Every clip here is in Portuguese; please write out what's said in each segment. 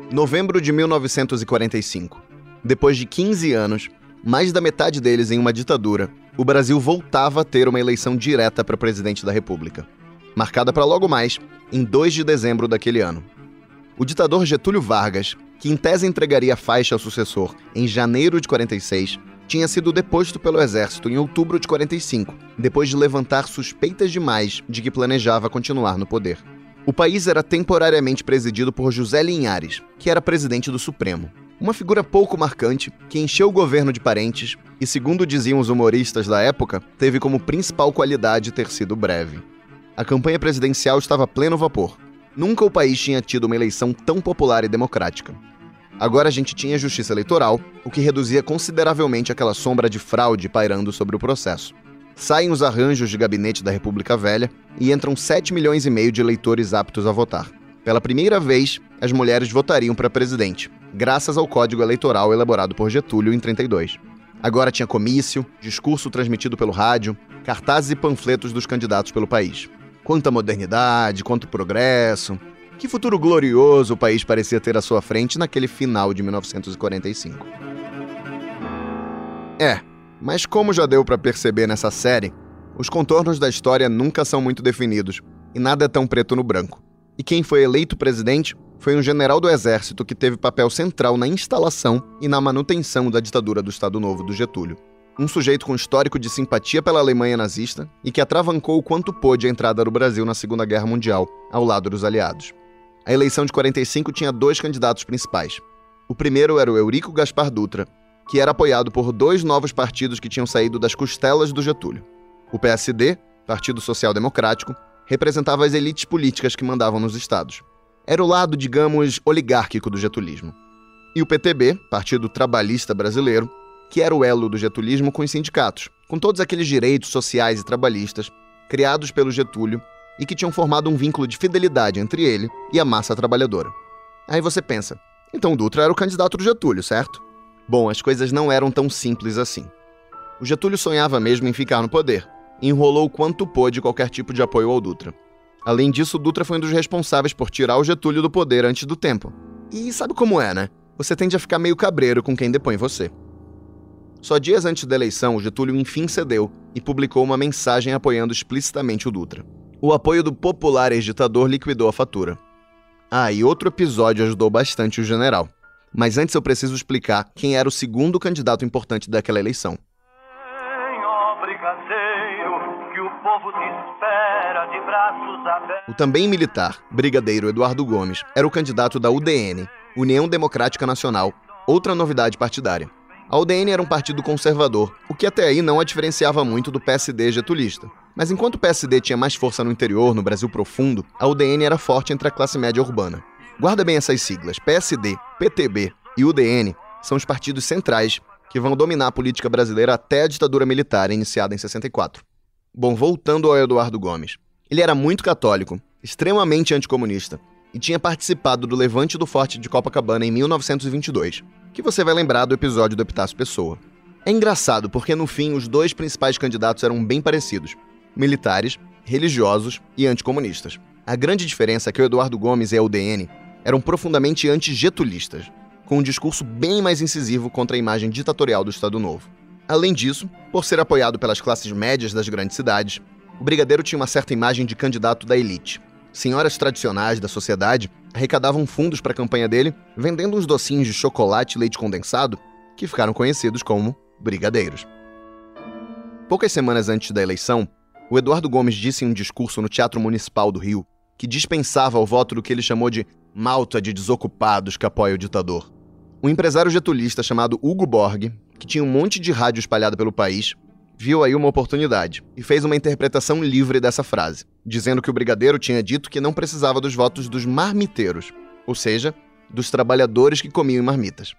Novembro de 1945. Depois de 15 anos, mais da metade deles em uma ditadura, o Brasil voltava a ter uma eleição direta para presidente da República, marcada para logo mais, em 2 de dezembro daquele ano. O ditador Getúlio Vargas, que em tese entregaria a faixa ao sucessor em janeiro de 46, tinha sido deposto pelo Exército em outubro de 45, depois de levantar suspeitas demais de que planejava continuar no poder. O país era temporariamente presidido por José Linhares, que era presidente do Supremo. Uma figura pouco marcante, que encheu o governo de parentes e, segundo diziam os humoristas da época, teve como principal qualidade ter sido breve. A campanha presidencial estava a pleno vapor. Nunca o país tinha tido uma eleição tão popular e democrática. Agora a gente tinha justiça eleitoral, o que reduzia consideravelmente aquela sombra de fraude pairando sobre o processo. Saem os arranjos de gabinete da República Velha e entram 7,5 milhões de eleitores aptos a votar. Pela primeira vez, as mulheres votariam para presidente, graças ao Código Eleitoral elaborado por Getúlio em 32. Agora tinha comício, discurso transmitido pelo rádio, cartazes e panfletos dos candidatos pelo país. Quanta modernidade, quanto progresso. Que futuro glorioso o país parecia ter à sua frente naquele final de 1945. Mas como já deu para perceber nessa série, os contornos da história nunca são muito definidos e nada é tão preto no branco. E quem foi eleito presidente foi um general do Exército que teve papel central na instalação e na manutenção da ditadura do Estado Novo do Getúlio. Um sujeito com histórico de simpatia pela Alemanha nazista e que atravancou o quanto pôde a entrada do Brasil na Segunda Guerra Mundial, ao lado dos aliados. A eleição de 45 tinha 2 candidatos principais. O primeiro era o Eurico Gaspar Dutra, que era apoiado por 2 novos partidos que tinham saído das costelas do Getúlio. O PSD, Partido Social Democrático, representava as elites políticas que mandavam nos estados. Era o lado, digamos, oligárquico do getulismo. E o PTB, Partido Trabalhista Brasileiro, que era o elo do getulismo com os sindicatos, com todos aqueles direitos sociais e trabalhistas criados pelo Getúlio e que tinham formado um vínculo de fidelidade entre ele e a massa trabalhadora. Aí você pensa, então o Dutra era o candidato do Getúlio, certo? Bom, as coisas não eram tão simples assim. O Getúlio sonhava mesmo em ficar no poder, e enrolou o quanto pôde qualquer tipo de apoio ao Dutra. Além disso, o Dutra foi um dos responsáveis por tirar o Getúlio do poder antes do tempo. E sabe como é, né? Você tende a ficar meio cabreiro com quem depõe você. Só dias antes da eleição, o Getúlio enfim cedeu e publicou uma mensagem apoiando explicitamente o Dutra. O apoio do popular ex-ditador liquidou a fatura. E outro episódio ajudou bastante o general. Mas antes eu preciso explicar quem era o segundo candidato importante daquela eleição. O também militar, brigadeiro Eduardo Gomes, era o candidato da UDN, União Democrática Nacional, outra novidade partidária. A UDN era um partido conservador, o que até aí não a diferenciava muito do PSD getulista. Mas enquanto o PSD tinha mais força no interior, no Brasil profundo, a UDN era forte entre a classe média urbana. Guarda bem essas siglas, PSD, PTB e UDN são os partidos centrais que vão dominar a política brasileira até a ditadura militar iniciada em 64. Bom, voltando ao Eduardo Gomes. Ele era muito católico, extremamente anticomunista, e tinha participado do levante do Forte de Copacabana em 1922, que você vai lembrar do episódio do Epitácio Pessoa. É engraçado porque, no fim, os 2 principais candidatos eram bem parecidos, militares, religiosos e anticomunistas. A grande diferença é que o Eduardo Gomes e a UDN eram profundamente anti-getulistas, com um discurso bem mais incisivo contra a imagem ditatorial do Estado Novo. Além disso, por ser apoiado pelas classes médias das grandes cidades, o brigadeiro tinha uma certa imagem de candidato da elite. Senhoras tradicionais da sociedade arrecadavam fundos para a campanha dele, vendendo uns docinhos de chocolate e leite condensado, que ficaram conhecidos como brigadeiros. Poucas semanas antes da eleição, o Eduardo Gomes disse em um discurso no Teatro Municipal do Rio que dispensava o voto do que ele chamou de malta de desocupados que apoia o ditador. Um empresário getulista chamado Hugo Borg, que tinha um monte de rádio espalhada pelo país, viu aí uma oportunidade e fez uma interpretação livre dessa frase, dizendo que o brigadeiro tinha dito que não precisava dos votos dos marmiteiros, ou seja, dos trabalhadores que comiam em marmitas.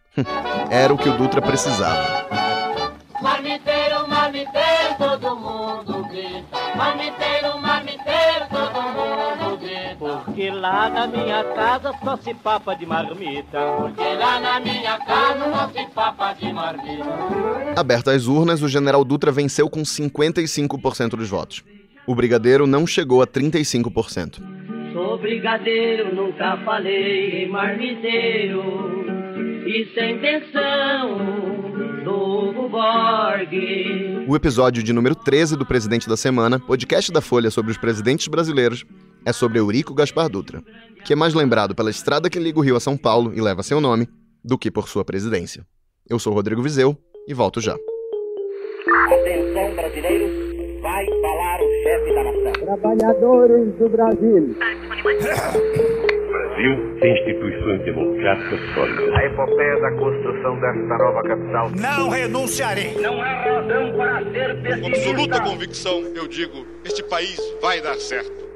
Era o que o Dutra precisava. Marmiteiro, marmiteiro, todo mundo grita. Marmiteiro, marmiteiro, todo mundo grita. Porque lá na minha casa só se papa de marmita. Porque lá na minha casa só se papa de marmita. Abertas as urnas, o general Dutra venceu com 55% dos votos. O brigadeiro não chegou a 35%. sou brigadeiro, nunca falei em marmiteiro. Isso é invenção do Hugo Borg. O episódio de número 13 do Presidente da Semana, podcast da Folha sobre os presidentes brasileiros, é sobre Eurico Gaspar Dutra, que é mais lembrado pela estrada que liga o Rio a São Paulo e leva seu nome, do que por sua presidência. Eu sou Rodrigo Vizeu e volto já. Atenção, brasileiros, vai falar o chefe da nação. Trabalhadores do Brasil. O Brasil tem instituições democráticas sólidas. A epopeia da construção desta nova capital. Não renunciarei. Não há razão para ser pessimista. Com absoluta convicção, eu digo, este país vai dar certo.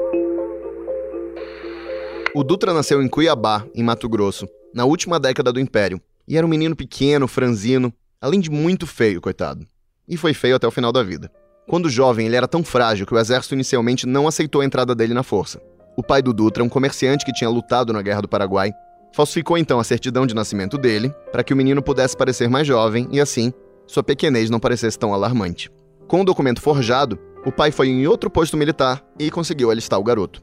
O Dutra nasceu em Cuiabá, em Mato Grosso, na última década do Império, e era um menino pequeno, franzino, além de muito feio, coitado. E foi feio até o final da vida. Quando jovem, ele era tão frágil que o exército inicialmente não aceitou a entrada dele na força. O pai do Dutra, um comerciante que tinha lutado na Guerra do Paraguai, falsificou então a certidão de nascimento dele para que o menino pudesse parecer mais jovem e, assim, sua pequenez não parecesse tão alarmante. Com o documento forjado, o pai foi em outro posto militar e conseguiu alistar o garoto.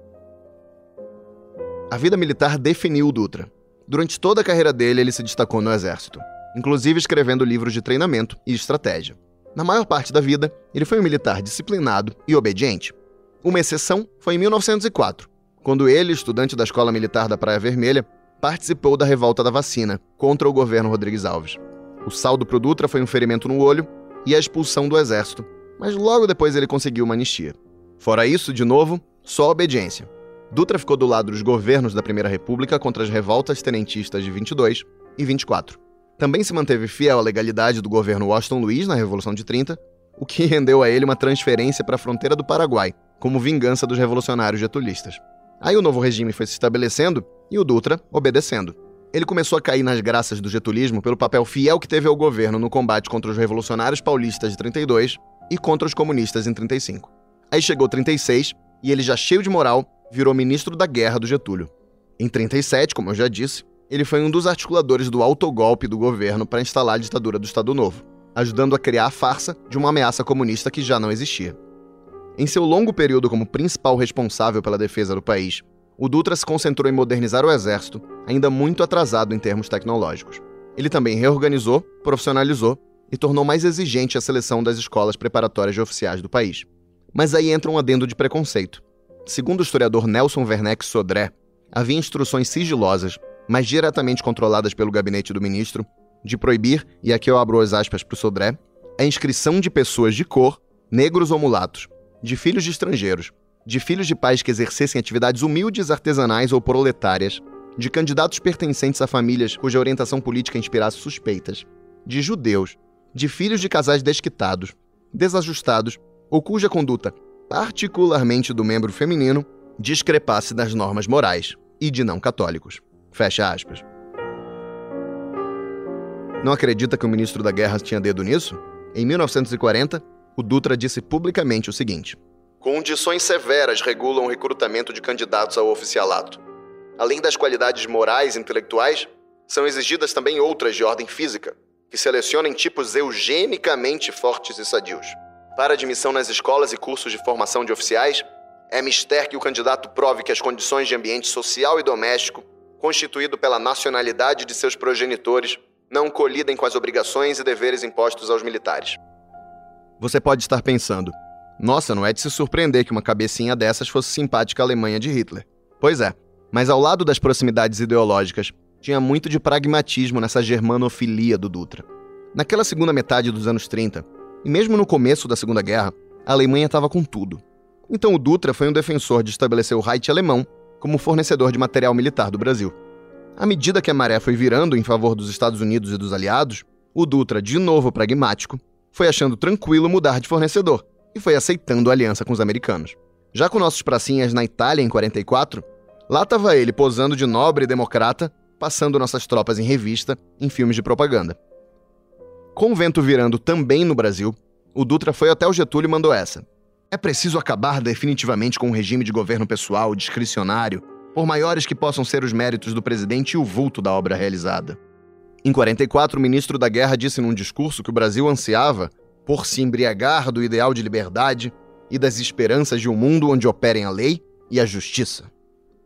A vida militar definiu o Dutra. Durante toda a carreira dele, ele se destacou no exército, inclusive escrevendo livros de treinamento e estratégia. Na maior parte da vida, ele foi um militar disciplinado e obediente. Uma exceção foi em 1904, quando ele, estudante da Escola Militar da Praia Vermelha, participou da revolta da vacina contra o governo Rodrigues Alves. O saldo pro Dutra foi um ferimento no olho e a expulsão do exército, mas logo depois ele conseguiu uma anistia. Fora isso, de novo, só obediência. Dutra ficou do lado dos governos da Primeira República contra as revoltas tenentistas de 22 e 24. Também se manteve fiel à legalidade do governo Washington Luiz na Revolução de 30, o que rendeu a ele uma transferência para a fronteira do Paraguai, como vingança dos revolucionários getulistas. Aí o novo regime foi se estabelecendo e o Dutra obedecendo. Ele começou a cair nas graças do getulismo pelo papel fiel que teve ao governo no combate contra os revolucionários paulistas de 32 e contra os comunistas em 35. Aí chegou 36 e ele, já cheio de moral, virou ministro da Guerra do Getúlio. Em 37, como eu já disse, ele foi um dos articuladores do autogolpe do governo para instalar a ditadura do Estado Novo, ajudando a criar a farsa de uma ameaça comunista que já não existia. Em seu longo período como principal responsável pela defesa do país, o Dutra se concentrou em modernizar o exército, ainda muito atrasado em termos tecnológicos. Ele também reorganizou, profissionalizou e tornou mais exigente a seleção das escolas preparatórias de oficiais do país. Mas aí entra um adendo de preconceito. Segundo o historiador Nelson Werneck Sodré, havia instruções sigilosas, mas diretamente controladas pelo gabinete do ministro, de proibir, e aqui eu abro as aspas para o Sodré, a inscrição de pessoas de cor, negros ou mulatos, de filhos de estrangeiros, de filhos de pais que exercessem atividades humildes, artesanais ou proletárias, de candidatos pertencentes a famílias cuja orientação política inspirasse suspeitas, de judeus, de filhos de casais desquitados, desajustados ou cuja conduta, particularmente do membro feminino, discrepasse das normas morais e de não católicos. Fecha aspas. Não acredita que o ministro da Guerra tinha dedo nisso? Em 1940, o Dutra disse publicamente o seguinte: condições severas regulam o recrutamento de candidatos ao oficialato. Além das qualidades morais e intelectuais, são exigidas também outras de ordem física, que selecionem tipos eugenicamente fortes e sadios. Para admissão nas escolas e cursos de formação de oficiais, é mister que o candidato prove que as condições de ambiente social e doméstico, constituído pela nacionalidade de seus progenitores, não colidem com as obrigações e deveres impostos aos militares. Você pode estar pensando, nossa, não é de se surpreender que uma cabecinha dessas fosse simpática à Alemanha de Hitler. Pois é, mas ao lado das proximidades ideológicas, tinha muito de pragmatismo nessa germanofilia do Dutra. Naquela segunda metade dos anos 30, e mesmo no começo da Segunda Guerra, a Alemanha estava com tudo. Então o Dutra foi um defensor de estabelecer o Reich alemão como fornecedor de material militar do Brasil. À medida que a maré foi virando em favor dos Estados Unidos e dos aliados, o Dutra, de novo pragmático, foi achando tranquilo mudar de fornecedor e foi aceitando a aliança com os americanos. Já com nossos pracinhas na Itália em 44, lá estava ele posando de nobre e democrata, passando nossas tropas em revista, em filmes de propaganda. Com o vento virando também no Brasil, o Dutra foi até o Getúlio e mandou essa: é preciso acabar definitivamente com o regime de governo pessoal, discricionário, por maiores que possam ser os méritos do presidente e o vulto da obra realizada. Em 44, o ministro da Guerra disse num discurso que o Brasil ansiava por se embriagar do ideal de liberdade e das esperanças de um mundo onde operem a lei e a justiça.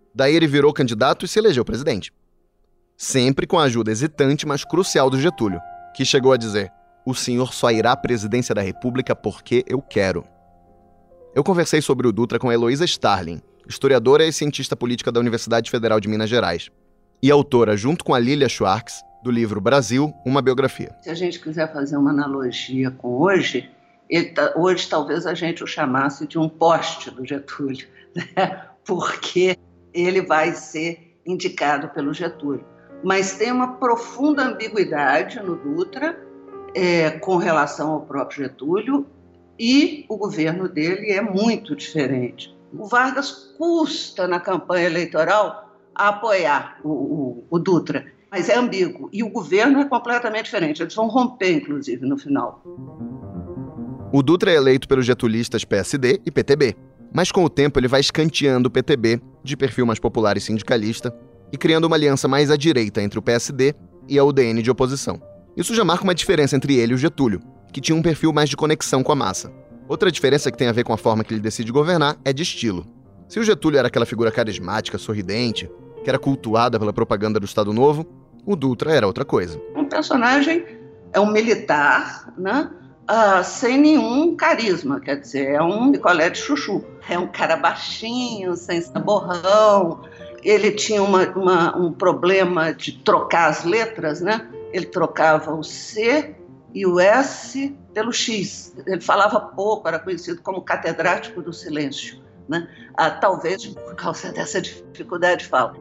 Daí ele virou candidato e se elegeu presidente. Sempre com a ajuda hesitante, mas crucial do Getúlio, que chegou a dizer: "O senhor só irá à presidência da República porque eu quero." Eu conversei sobre o Dutra com a Heloísa Starling, historiadora e cientista política da Universidade Federal de Minas Gerais, e autora, junto com a Lilia Schwartz, do livro Brasil, uma biografia. Se a gente quiser fazer uma analogia com hoje, hoje talvez a gente o chamasse de um poste do Getúlio, né? Porque ele vai ser indicado pelo Getúlio. Mas tem uma profunda ambiguidade no Dutra com relação ao próprio Getúlio, e o governo dele é muito diferente. O Vargas custa, na campanha eleitoral, a apoiar o Dutra, mas é ambíguo. E o governo é completamente diferente. Eles vão romper, inclusive, no final. O Dutra é eleito pelos getulistas PSD e PTB, mas com o tempo ele vai escanteando o PTB, de perfil mais popular e sindicalista, e criando uma aliança mais à direita entre o PSD e a UDN de oposição. Isso já marca uma diferença entre ele e o Getúlio, que tinha um perfil mais de conexão com a massa. Outra diferença que tem a ver com a forma que ele decide governar é de estilo. Se o Getúlio era aquela figura carismática, sorridente, que era cultuada pela propaganda do Estado Novo, o Dutra era outra coisa. Um personagem é um militar, né? Sem nenhum carisma, quer dizer, é um picolé de chuchu. É um cara baixinho, sem saborrão. Ele tinha um problema de trocar as letras, né? Ele trocava o C e o S pelo X. Ele falava pouco, era conhecido como catedrático do silêncio, né? Talvez por causa dessa dificuldade de fala.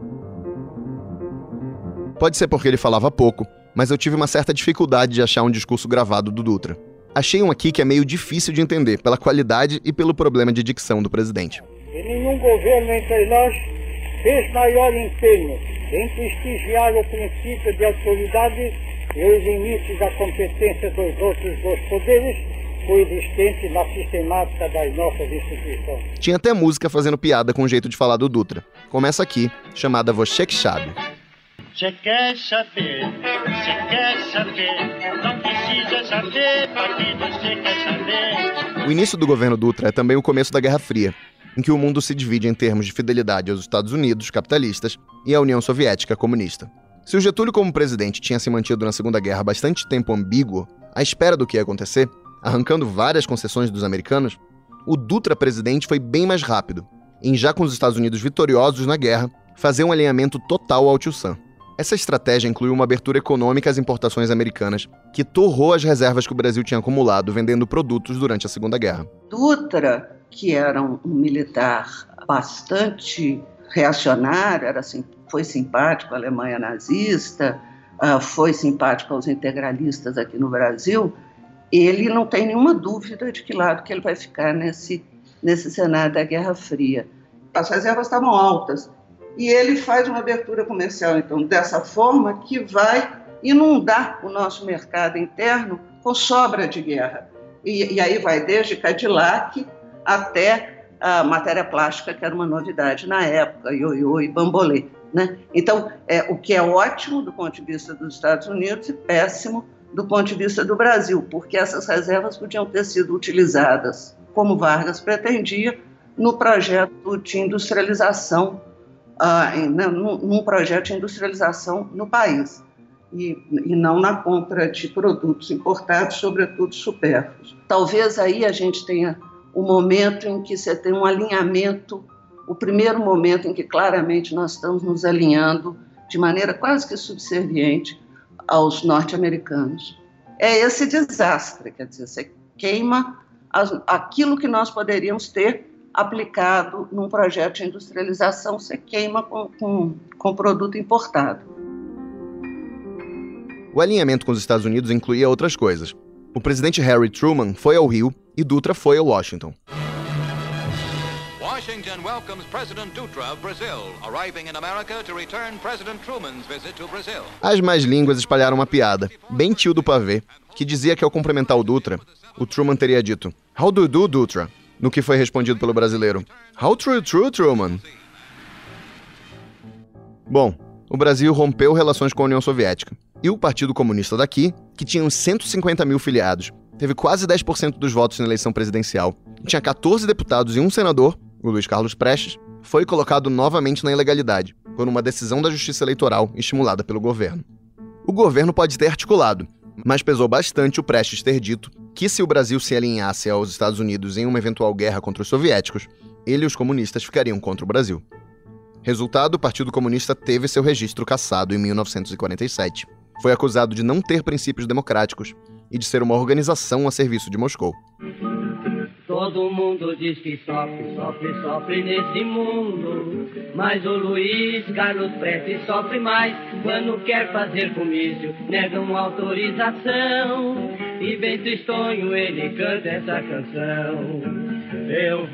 Pode ser porque ele falava pouco, mas eu tive uma certa dificuldade de achar um discurso gravado do Dutra. Achei um aqui que é meio difícil de entender, pela qualidade e pelo problema de dicção do presidente. E nenhum governo entre nós fez maior empenho em prestigiar o princípio de autoridade e os limites da competência dos outros dois poderes coexistentes na sistemática das nossas instituições. Tinha até música fazendo piada com o jeito de falar do Dutra. Começa aqui, chamada Você que Sabe. Você quer saber, não precisa saber, porque você quer saber. O início do governo Dutra é também o começo da Guerra Fria, em que o mundo se divide em termos de fidelidade aos Estados Unidos, capitalistas, e à União Soviética, comunista. Se o Getúlio, como presidente, tinha se mantido na Segunda Guerra bastante tempo ambíguo, à espera do que ia acontecer, arrancando várias concessões dos americanos, o Dutra presidente foi bem mais rápido, em já com os Estados Unidos vitoriosos na guerra, fazer um alinhamento total ao Tio Sam. Essa estratégia incluiu uma abertura econômica às importações americanas, que torrou as reservas que o Brasil tinha acumulado vendendo produtos durante a Segunda Guerra. Dutra, que era um militar bastante reacionário, foi simpático à Alemanha nazista, foi simpático aos integralistas aqui no Brasil, ele não tem nenhuma dúvida de que lado que ele vai ficar nesse cenário da Guerra Fria. As reservas estavam altas. E ele faz uma abertura comercial, então, dessa forma que vai inundar o nosso mercado interno com sobra de guerra. E aí vai desde Cadillac até a matéria plástica, que era uma novidade na época, ioiô e bambolê, né? Então, o que é ótimo do ponto de vista dos Estados Unidos e péssimo do ponto de vista do Brasil, porque essas reservas podiam ter sido utilizadas, como Vargas pretendia, no projeto de industrialização, num projeto de industrialização no país, e não na compra de produtos importados, sobretudo supérfluos. Talvez aí a gente tenha o momento em que você tem um alinhamento, o primeiro momento em que claramente nós estamos nos alinhando de maneira quase que subserviente aos norte-americanos. É esse desastre, quer dizer, você queima aquilo que nós poderíamos ter aplicado num projeto de industrialização, você queima com produto importado. O alinhamento com os Estados Unidos incluía outras coisas. O presidente Harry Truman foi ao Rio e Dutra foi a Washington. Washington welcomes President Dutra of Brazil, arriving in America to return President Truman's visit to Brazil. As más línguas espalharam uma piada, bem tio do pavê, que dizia que ao cumprimentar o Dutra, o Truman teria dito "How do you do, Dutra?", no que foi respondido pelo brasileiro "How true, Truman?". Bom, o Brasil rompeu relações com a União Soviética, e o Partido Comunista daqui, que tinha uns 150 mil filiados, teve quase 10% dos votos na eleição presidencial, e tinha 14 deputados e um senador, o Luiz Carlos Prestes, foi colocado novamente na ilegalidade, por uma decisão da Justiça Eleitoral estimulada pelo governo. O governo pode ter articulado, mas pesou bastante o Prestes ter dito que se o Brasil se alinhasse aos Estados Unidos em uma eventual guerra contra os soviéticos, ele e os comunistas ficariam contra o Brasil. Resultado, o Partido Comunista teve seu registro cassado em 1947. Foi acusado de não ter princípios democráticos e de ser uma organização a serviço de Moscou. Todo mundo diz que sofre nesse mundo. Mas o Luiz Carlos Prestes sofre mais. Quando quer fazer comício, negam autorização. E bem tristonho ele canta essa canção. Eu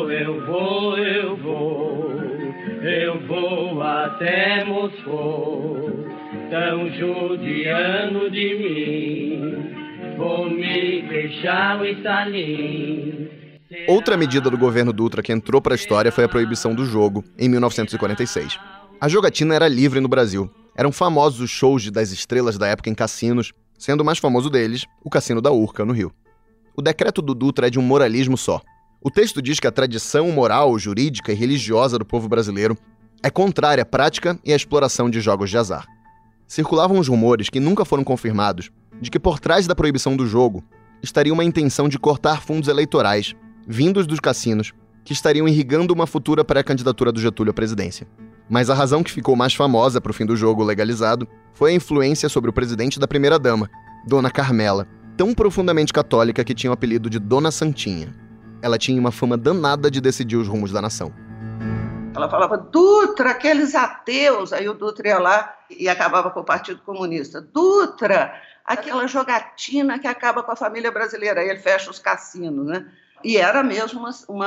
vou até Moscou. Tão judiando de mim. Vou me deixar o Stalin. Outra medida do governo Dutra que entrou para a história foi a proibição do jogo, em 1946. A jogatina era livre no Brasil. Eram famosos os shows das estrelas da época em cassinos, sendo o mais famoso deles o Cassino da Urca, no Rio. O decreto do Dutra é de um moralismo só. O texto diz que a tradição moral, jurídica e religiosa do povo brasileiro é contrária à prática e à exploração de jogos de azar. Circulavam os rumores, que nunca foram confirmados, de que por trás da proibição do jogo estaria uma intenção de cortar fundos eleitorais vindos dos cassinos que estariam irrigando uma futura pré-candidatura do Getúlio à presidência. Mas a razão que ficou mais famosa para o fim do jogo legalizado foi a influência sobre o presidente da primeira-dama, Dona Carmela, tão profundamente católica que tinha o apelido de Dona Santinha. Ela tinha uma fama danada de decidir os rumos da nação. Ela falava, Dutra, aqueles ateus. Aí o Dutra ia lá e acabava com o Partido Comunista. Dutra, aquela jogatina que acaba com a família brasileira. Aí ele fecha os cassinos, né? E era mesmo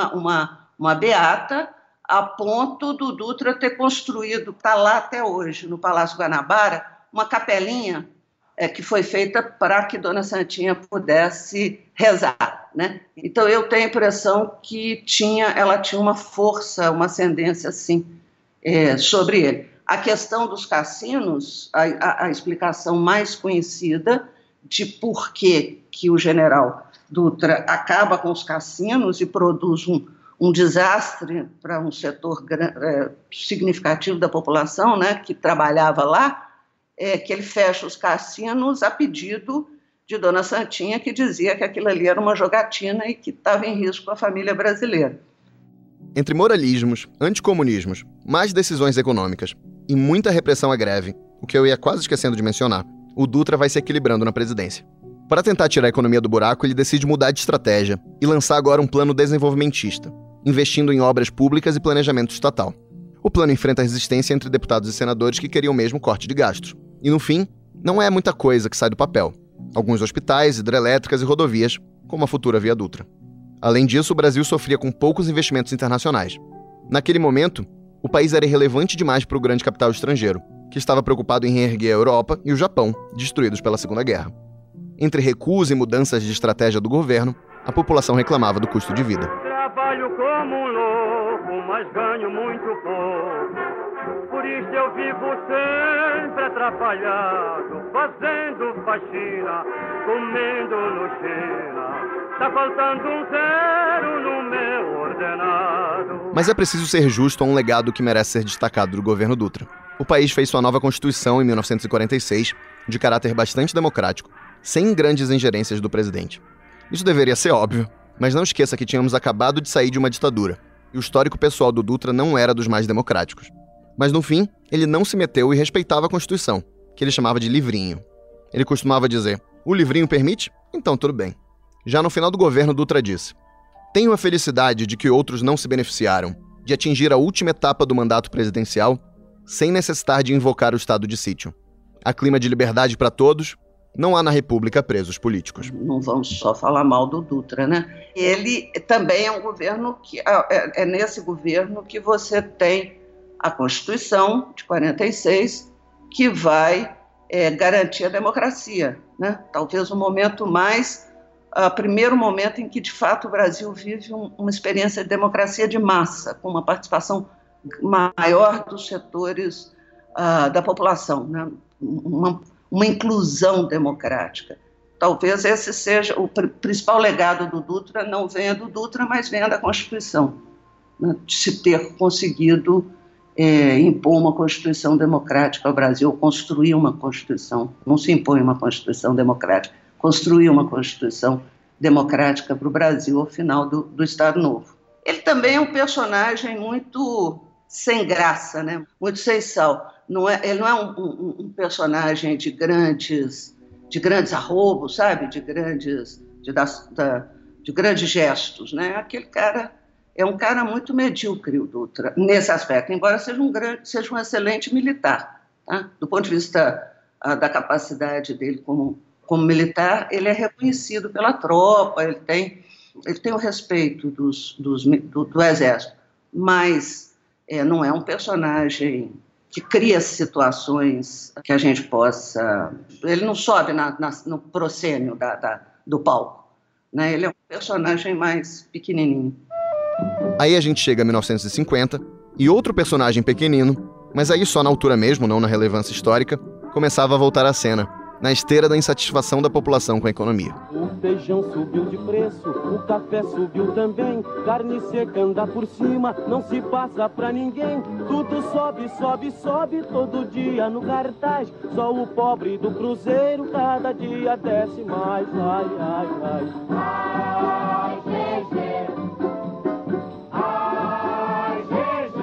uma beata, a ponto do Dutra ter construído, está lá até hoje, no Palácio Guanabara, uma capelinha que foi feita para que Dona Santinha pudesse rezar, né? Então eu tenho a impressão que ela tinha uma força, uma ascendência assim, sobre ele. A questão dos cassinos, a explicação mais conhecida de por que o general Dutra acaba com os cassinos e produz um desastre para um setor significativo da população, né, que trabalhava lá, que ele fecha os cassinos a pedido de Dona Santinha, que dizia que aquilo ali era uma jogatina e que estava em risco a família brasileira. Entre moralismos, anticomunismos, mais decisões econômicas e muita repressão à greve, o que eu ia quase esquecendo de mencionar, o Dutra vai se equilibrando na presidência. Para tentar tirar a economia do buraco, ele decide mudar de estratégia e lançar agora um plano desenvolvimentista, investindo em obras públicas e planejamento estatal. O plano enfrenta a resistência entre deputados e senadores que queriam mesmo corte de gastos. E no fim, não é muita coisa que sai do papel. Alguns hospitais, hidrelétricas e rodovias, como a futura Via Dutra. Além disso, o Brasil sofria com poucos investimentos internacionais. Naquele momento, o país era irrelevante demais para o grande capital estrangeiro, que estava preocupado em reerguer a Europa e o Japão, destruídos pela Segunda Guerra. Entre recuos e mudanças de estratégia do governo, a população reclamava do custo de vida. Trabalho como um louco, mas ganho muito pouco. Por isso eu vivo sempre atrapalhado, fazendo faxina, comendo no China. Tá faltando um zero no meu ordenado. Mas é preciso ser justo a um legado que merece ser destacado do governo Dutra. O país fez sua nova Constituição em 1946, de caráter bastante democrático, sem grandes ingerências do presidente. Isso deveria ser óbvio, mas não esqueça que tínhamos acabado de sair de uma ditadura, e o histórico pessoal do Dutra não era dos mais democráticos. Mas no fim, ele não se meteu e respeitava a Constituição, que ele chamava de livrinho. Ele costumava dizer, o livrinho permite? Então tudo bem. Já no final do governo, Dutra disse, tenho a felicidade de que outros não se beneficiaram, de atingir a última etapa do mandato presidencial, sem necessitar de invocar o estado de sítio. Há clima de liberdade para todos, não há na República presos políticos. Não vamos só falar mal do Dutra, né? Ele também é um governo que... É nesse governo que você tem a Constituição de 46, que vai garantir a democracia, né? Talvez o momento primeiro momento em que, de fato, o Brasil vive uma experiência de democracia de massa, com uma participação maior dos setores da população, né? Uma inclusão democrática. Talvez esse seja o principal legado do Dutra, não venha do Dutra, mas venha da Constituição. né, de se ter conseguido impor uma Constituição democrática ao Brasil, construir uma Constituição. Não se impõe uma Constituição democrática, construir uma Constituição democrática para o Brasil ao final do Estado Novo. Ele também é um personagem muito sem graça, né? Muito sem sal. Ele não é um personagem de grandes arrobos, sabe? De grandes gestos, né? Aquele cara é um cara muito medíocre, o Dutra, nesse aspecto, embora seja um excelente militar. Tá? Do ponto de vista da capacidade dele como militar, ele é reconhecido pela tropa, ele tem o respeito do Exército, mas não é um personagem que cria situações que a gente possa... Ele não sobe no proscênio do palco, né? Ele é um personagem mais pequenininho. Aí a gente chega a 1950 e outro personagem pequenino, mas aí só na altura mesmo, não na relevância histórica, começava a voltar à cena, na esteira da insatisfação da população com a economia. O feijão subiu de preço, o café subiu também, carne seca anda por cima, não se passa pra ninguém. Tudo sobe, sobe, sobe, todo dia no cartaz. Só o pobre do cruzeiro cada dia desce mais. Ai, ai, ai. Ai, GG. Ai, GG.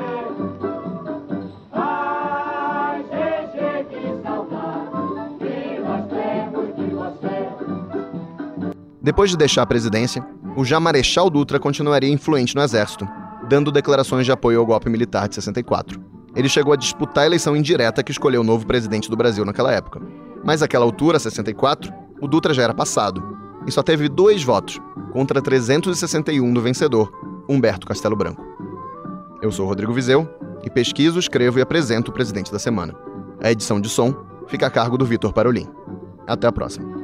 Ai, GG, que saudade que nós temos de você. Depois de deixar a presidência, o já Marechal Dutra continuaria influente no exército, dando declarações de apoio ao golpe militar de 64. Ele chegou a disputar a eleição indireta que escolheu o novo presidente do Brasil naquela época. Mas naquela altura, 64, o Dutra já era passado, e só teve 2 votos, contra 361 do vencedor, Humberto Castelo Branco. Eu sou Rodrigo Vizeu, e pesquiso, escrevo e apresento o Presidente da Semana. A edição de som fica a cargo do Vitor Parolin. Até a próxima.